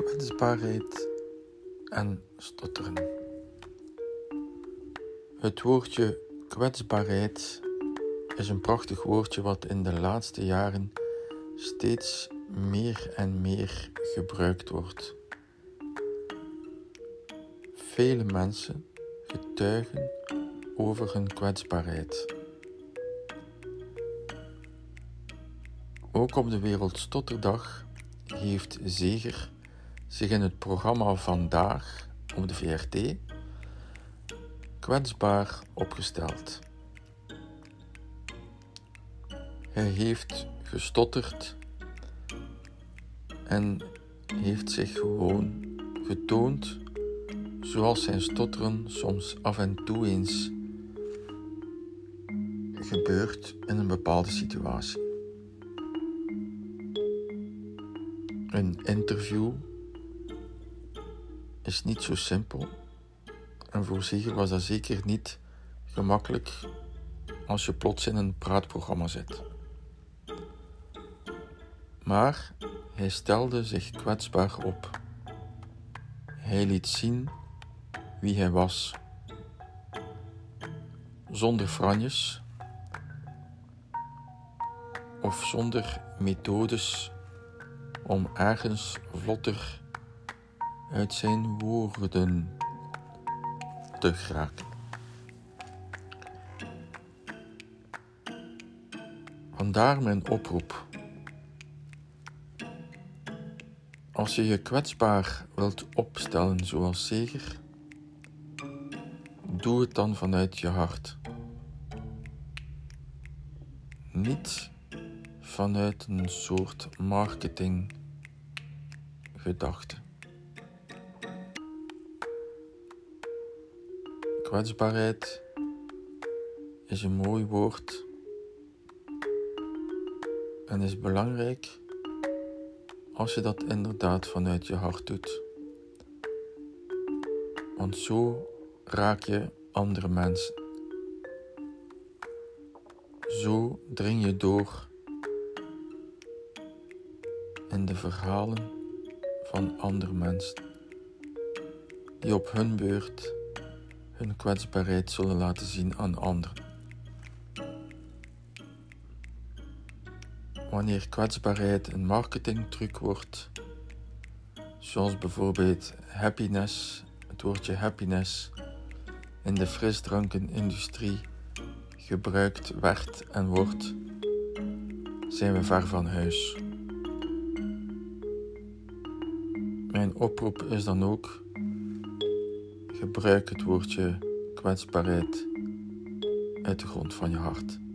Kwetsbaarheid en stotteren. Het woordje kwetsbaarheid is een prachtig woordje wat in de laatste jaren steeds meer en meer gebruikt wordt. Vele mensen getuigen over hun kwetsbaarheid. Ook op de Wereldstotterdag heeft Zeger zich in het programma Vandaag op de VRT kwetsbaar opgesteld. Hij heeft gestotterd en heeft zich gewoon getoond zoals zijn stotteren soms af en toe eens gebeurt in een bepaalde situatie. Een interview is niet zo simpel en voor Zeger was dat zeker niet gemakkelijk als je plots in een praatprogramma zit. Maar hij stelde zich kwetsbaar op. Hij liet zien wie hij was, zonder franjes of zonder methodes om ergens vlotter uit zijn woorden te geraken. Vandaar mijn oproep. Als je je kwetsbaar wilt opstellen zoals Zeger, doe het dan vanuit je hart. Niet vanuit een soort marketinggedachte. Kwetsbaarheid is een mooi woord en is belangrijk als je dat inderdaad vanuit je hart doet. Want zo raak je andere mensen. Zo dring je door in de verhalen van andere mensen, die op hun beurt hun kwetsbaarheid zullen laten zien aan anderen. Wanneer kwetsbaarheid een marketingtruc wordt, zoals bijvoorbeeld happiness, het woordje happiness in de frisdrankenindustrie gebruikt werd en wordt, zijn we ver van huis. Mijn oproep is dan ook: gebruik het woordje kwetsbaarheid uit de grond van je hart.